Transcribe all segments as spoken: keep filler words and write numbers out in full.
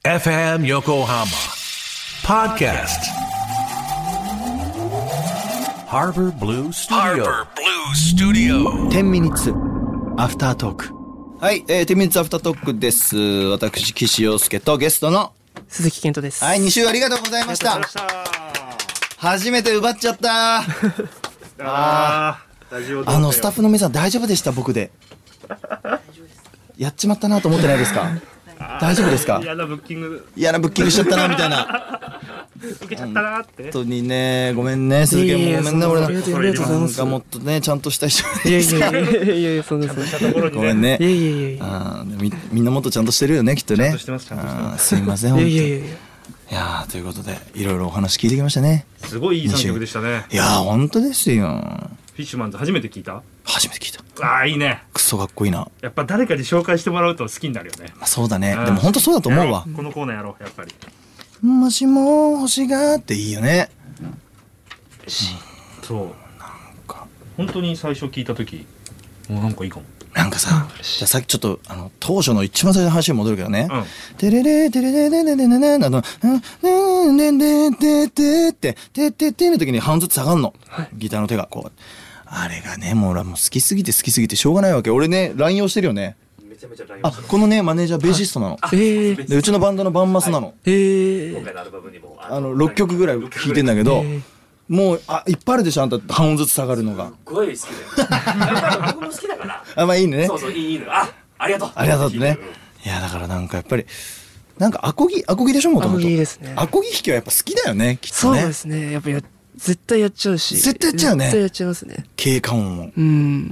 エフエム Yokohama Podcast Harbor Blue Studio Harbor Blue Studio テンミニッツアフタートーク。はい、えー、テンミニッツアフタートークです。私岸洋介とゲストの鈴木健人です。 はい、に週ありがとうございました。初めて奪っちゃったあああのスタッフの皆さん大丈夫でした？僕でやっちまったなと思ってないですか？大丈夫ですか？ 嫌なブッキング嫌なブッキングしちゃったなみたいな受けちゃったなって。 本当にね、ごめんね鈴木もごめんね。俺なんかもっとねちゃんとした人いやいやいやいやいやそんなそんなごめんね。 いやいやいやいやあみみんなもっとちゃんとしてるよねきっとね。 ちゃんとしてますちゃんとしてます。 すいません本当に。 いやいやいやいやーということでいろいろお話聞いてきましたね。 すごいいいさんきょくでしたね。 いやー本当ですよ。 フィッシュマンズ初めて聞いた？ 初めて聞いた。 ああいいね。 クソかっこいいな。 やっぱ誰かに紹介してもらうと好きになるよね。 まあ、そうだね、 うん、 でも本当そうだと思うわ。 このコーナーやろうやっぱり。 もしも星がっていいよね、うん、 そうなんか本当に最初聞いた時もうなんかいいかも。 なんかさ、じゃあさっきちょっとあの当初の一番最初の話に戻るけどね、 うん、 テレレテレレレレレレレレあのねねねねてってててての時に半ずつ下がんの、はい、ギターの手がこうあれがねもう俺はもう好きすぎて好きすぎてしょうがないわけ。俺ね ライン 用してるよね。 めちゃめちゃ ラインあこのねマネージャーベーシストなの、 えー、 でうちのバンドのバンマスなの、はい、 えー、 今回のアルバムにもあのろっきょくぐらい弾いてんだけど、えー、もうあいっぱいあるでしょあんた半音ずつ下がるのが。 すごい好きだよ僕も好きだからあまあいいね。 そうそういいいいの。あありがとうありがとうってね。いやだからなんかやっぱりなんかアコギアコギでしょもともと。 アコギですね。 アコギ弾きはやっぱ好きだよねきっとね。 そうですね。やっぱや絶対やっちゃうし。 絶対やっちゃうね。 絶対やっちゃいますね。 経過音も。 うん。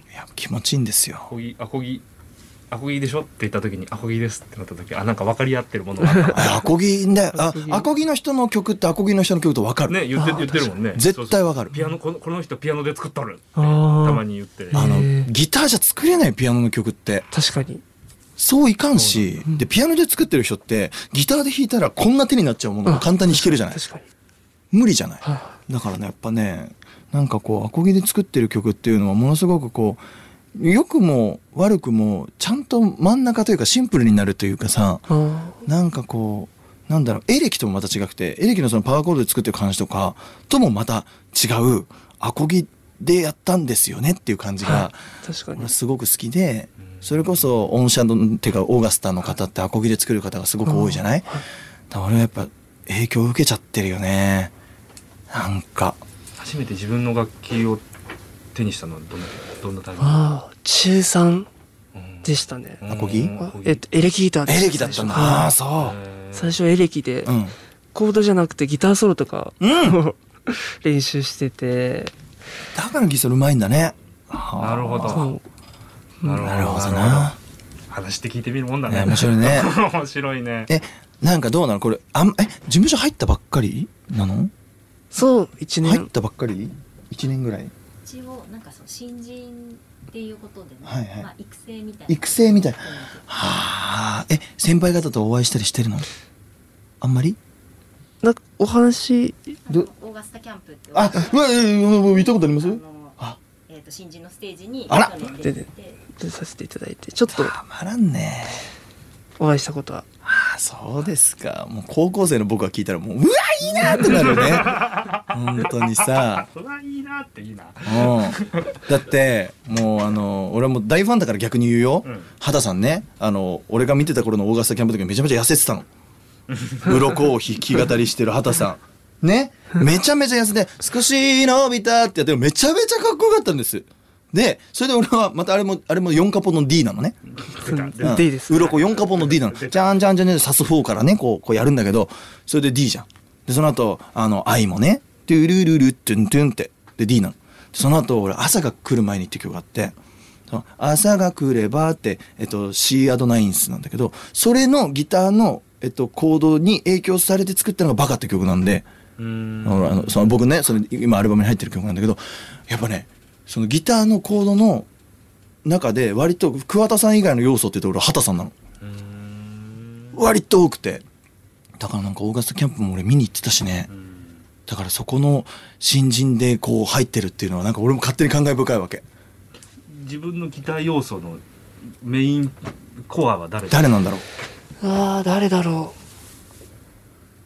いや気持ちいいんですよ。 アコギアコギアコギでしょって言った時にアコギですってなった時あなんか分かり合ってるものがあったアコギねあアコギの人の曲ってアコギの人の曲と分かるね言って言ってるもんね。 絶対分かる。 ピアノこのこの人ピアノで作っとるってたまに言ってあのギターじゃ作れないピアノの曲って確かにそういかんし、うん、でピアノで作ってる人ってギターで弾いたらこんな手になっちゃうものが簡単に弾けるじゃない。 確かに無理じゃない、 はあ、だからねやっぱねなんかこうアコギで作ってる曲っていうのはものすごくこう良くも悪くもちゃんと真ん中というかシンプルになるというかさ、なんかこうなんだろうエレキともまた違くてエレキのそのパワーコードで作ってる感じとかともまた違うアコギでやったんですよねっていう感じが確かに俺すごく好きで、それこそオンシャドっていうかオーガスタの方ってアコギで作る方がすごく多いじゃない。だから俺はやっぱ影響を受けちゃってるよね。なんか初めて自分の楽器を手にしたのはどんなどんなタイミング？ ああ中さんでしたね。 アコギ？ えっとエレキギターでエレキだったんだ。ああそう最初エレキで、うん、コードじゃなくてギターソロとか、うん、練習しててだからギターうまいんだね。 なるほどなるほどな。 話して聞いてみるもんだね。 面白いね面白いね。 えなんかどうなのこれあんえ事務所入ったばっかりなの？ そういちねん入ったばっかりいちねんぐらい。 一応なんかその新人っていうことでね、 はいはいまあ、育成みたいな育成みたいな。はあえ先輩方とお会いしたりしてるの？あんまりなんかお話オーガスタキャンプってあうわ行ったことあります？ あえー、と新人のステージにあら出て出させていただいてちょっとたまらんねお会いしたことは。 ああそうですか。もう高校生の僕が聞いたらもううわいいなってなるよね本当にさそれはいいなっていいなうんだってもうあの俺はもう大ファンだから逆に言うよ、うん、畑さんねあの俺が見てた頃のオーガスタキャンプの時めちゃめちゃ痩せてたの鱗を弾き語りしてる畑さんねめちゃめちゃ痩せて少し伸びたってやってめちゃめちゃかっこよかったんです。でそれで俺はまたあれもあれもよんカポの D なのね。 うん、D です。 うろこよんカポの D なの。じゃんじゃんじゃんじゃんサスフォーからねこうこうやるんだけどそれで D じゃん。でその後あの愛もねトゥルルルトゥントゥンってで D なの。その後俺朝が来る前にって曲があって朝が来ればってえっと C アドナインスなんだけどそれのギターのえっとコードに影響されて作ったのがバカって曲なんで、うーんあのその僕ねそれ今アルバムに入ってる曲なんだけどやっぱねそのギターのコードの中で割と桑田さん以外の要素って言うと俺は畑さんなの。うーん割と多くてだからなんかオーガスタキャンプも俺見に行ってたしね。だからそこの新人でこう入ってるっていうのはなんか俺も勝手に感慨深いわけ。 自分のギター要素のメインコアは誰誰なんだろう。 あー誰だろ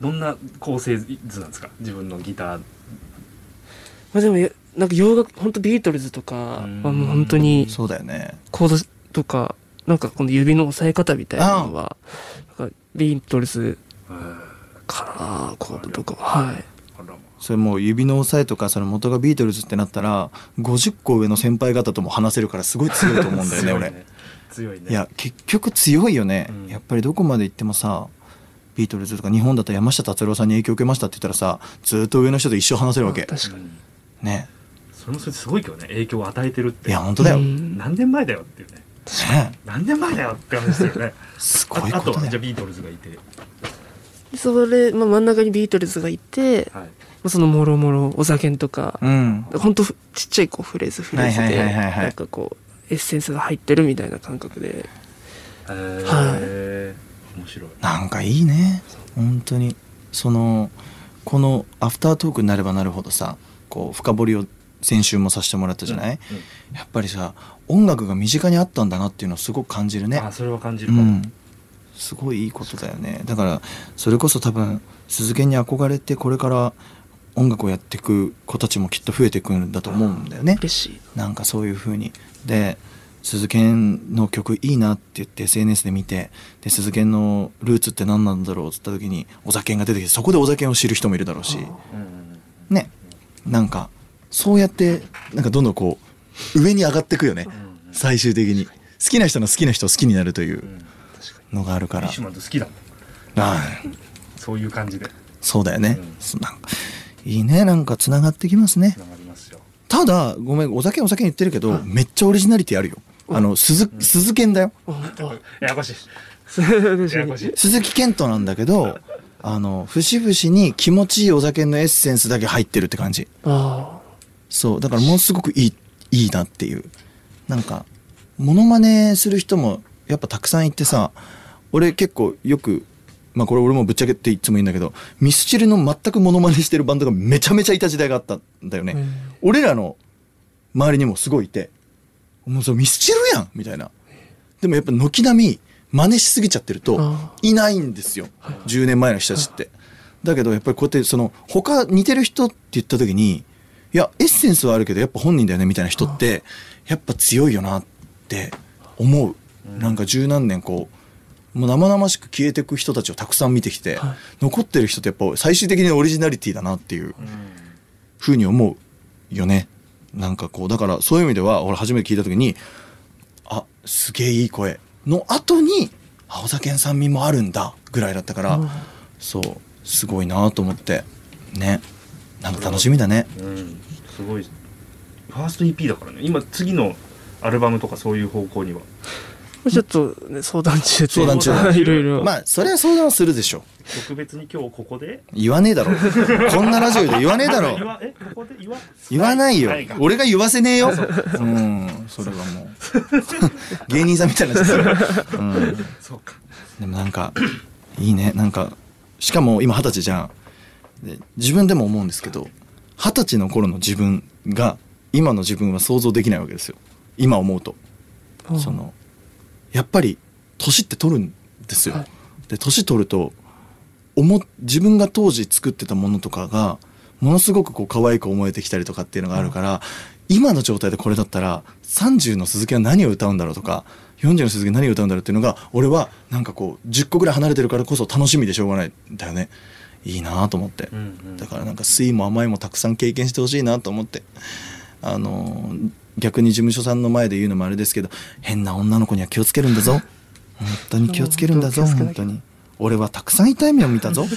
どんな構成図なんですか、自分のギター。 まあでもなんか洋楽本当ビートルズとかはもう本当にそうだよね。 コードとかなんかこの指の押さえ方みたいなのはなんかビートルズかな、コードとかはい。 それもう指の押さえとかその元がビートルズってなったらごじゅっこ上の先輩方とも話せるからすごい強いと思うんだよね俺。 強いね。 いや結局強いよね、 うん、 やっぱりどこまで行ってもさビートルズとか日本だと山下達郎さんに影響を受けましたって言ったらさずっと上の人と一生話せるわけ。 確かにね。 それもそれすごいけどね、影響を与えてるって。 いや本当だよ、 何年前だよっていうね。 ね何年前だよって話ですよね。 すごいことだよ。 あとはじゃあビートルズがいて、 それ、まあ、真ん中にビートルズがいて、 はい、 そのもろもろお酒とか、 うん、 ほんとちっちゃいこうフレーズフレーズで、 はいはいはいはいはい、 なんかこうエッセンスが入ってるみたいな感覚で、 えー、はい、面白い。 なんかいいね本当に。そのこのアフタートークになればなるほどさこう深掘りを先週もさせてもらったじゃない、うんうん、やっぱりさ音楽が身近にあったんだなっていうのをすごく感じるね。 あ、それは感じるかも、うん、 すごいいいことだよね。だからそれこそ多分鈴研に憧れてこれから音楽をやっていく子たちもきっと増えていくんだと思うんだよね。 嬉しい。 なんかそういう風にで鈴研の曲いいなって言って エスエヌエス で見てで鈴研のルーツって何なんだろうって言った時にお酒が出てきてそこでお酒を知る人もいるだろうしね。なんかそうやってなんかどんどんこう上に上がっていくよね、うん、最終的に好きな人の好きな人を好きになるというのがあるから。 フィッシュマンと好きだもん。 ああそういう感じで。 そうだよね、 うん、 なんかいいね。なんかつながってきますね。 つながりますよ。 ただごめんお酒お酒言ってるけど、うん、めっちゃオリジナリティあるよ。あの鈴、うん、鈴研だよ。 ややこしい鈴木健人なんだけどあの節々に気持ちいいお酒のエッセンスだけ入ってるって感じ。あそうだからものすごくいいいいなっていう。なんかモノマネする人もやっぱたくさんいてさ俺結構よくまあこれ俺もぶっちゃけっていつも言うんだけどミスチルの全くモノマネしてるバンドがめちゃめちゃいた時代があったんだよね、うん、俺らの周りにもすごいいてもうそれミスチルやんみたいな。でもやっぱ軒並み真似しすぎちゃってるといないんですよじゅうねんまえの人たちって。だけどやっぱりこうやってその他似てる人って言った時にいやエッセンスはあるけどやっぱ本人だよねみたいな人ってやっぱ強いよなって思う。なんか十何年こうもう生々しく消えていく人たちをたくさん見てきて、はい、残ってる人ってやっぱ最終的にオリジナリティだなっていうふうに思うよね。なんかこうだからそういう意味では俺初めて聞いた時にあすげえいい声の後に青酒酸味もあるんだぐらいだったから、うん、そうすごいなと思ってね。なんか楽しみだね、 うん、すごい。ファースト イーピー だからね今次のアルバムとかそういう方向にはちょっと、ね、相談中相談中いろいろまあそれは相談はするでしょ。 特別に今日ここで言わねえだろこんなラジオで言わねえだろ言わえここで言わ言わないよ俺が言わせねえよ。うんそれはもう芸人さんみたいなやつ、うん、 そうか。 でもなんかいいね。なんかしかも今二十歳じゃん。で自分でも思うんですけど二十歳の頃の自分が今の自分は想像できないわけですよ今思うと。そのやっぱり年って取るんですよ、はい、で年取ると思自分が当時作ってたものとかがものすごくこう可愛く思えてきたりとかっていうのがあるから、うん、今の状態でこれだったらさんじゅうの鈴木は何を歌うんだろうとかよんじゅうの鈴木は何を歌うんだろうっていうのが俺はなんかこうじゅっこぐらい離れてるからこそ楽しみでしょうがないんだよね。いいなと思って、うんうん、だからなんか酸いも甘いもたくさん経験してほしいなと思ってあのー、逆に事務所さんの前で言うのもあれですけど変な女の子には気をつけるんだぞ本当に気をつけるんだぞ本当に俺はたくさん痛い目を見たぞ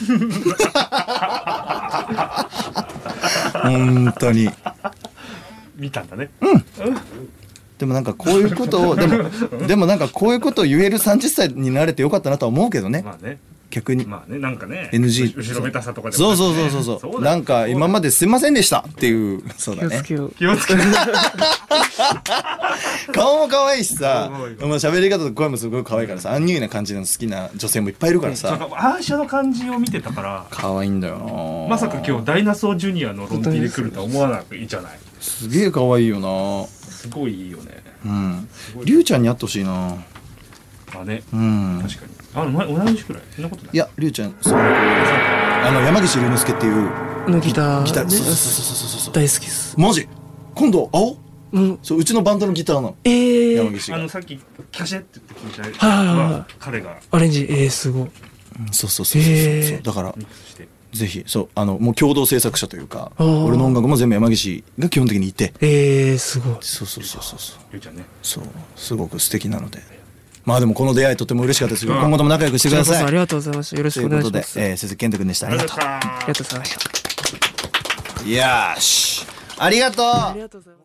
本当に見たんだね。 うんでもなんかこういうことをでもでもなんかこういうことを言えるさんじゅっさいになれてよかったなとは思うけどね。 まあね逆にまあねなんかねエヌジー後ろめたさとかでも、ね、そうそうそうそうそうなんか今まですいませんでしたっていうそうだね気をつけ気をつけ顔も可愛いしさ喋り方と声もすごい可愛いからさアンニュイな感じの好きな女性もいっぱいいるからさアーシャの感じを見てたから可愛いんだよな。まさか今日ダイナソージュニアのロンティで来るとは思わないじゃない。 すげえ可愛いよな。 すごいいいよね。 うんりゅうちゃんに会ってほしいな。 あね、 うん、 確かにあの同じくらいそんなことない。 いやりゅうちゃんそのあの山岸龍之介っていうあのギターねギター、そうそうそうそうそうそう。 大好きです。 マジ今度青うん。 そう、うちのバンドのギターなの、 えー、 山岸が。 あのさっきキャシェって言って聞いはいはいはいた彼がアレンジ、えー、すごい。 うんそうそうそうそうそう、 へーだからミックスしてぜひそうあのもう共同制作者というか、 あー俺の音楽も全部山岸が基本的にいて、 えー、すごい。 そうそうそうそうそうゆうちゃんねそうすごく素敵なので、まあでもこの出会いとても嬉しかったですよ、今後とも仲良くしてください。 こちらこそありがとうございました。よろしくおということで願いしま、す。 えー、鈴木健人君でした。ありがとありがとうございましたありがとうございました。 う。よーしありがとう。 ありがとうございます。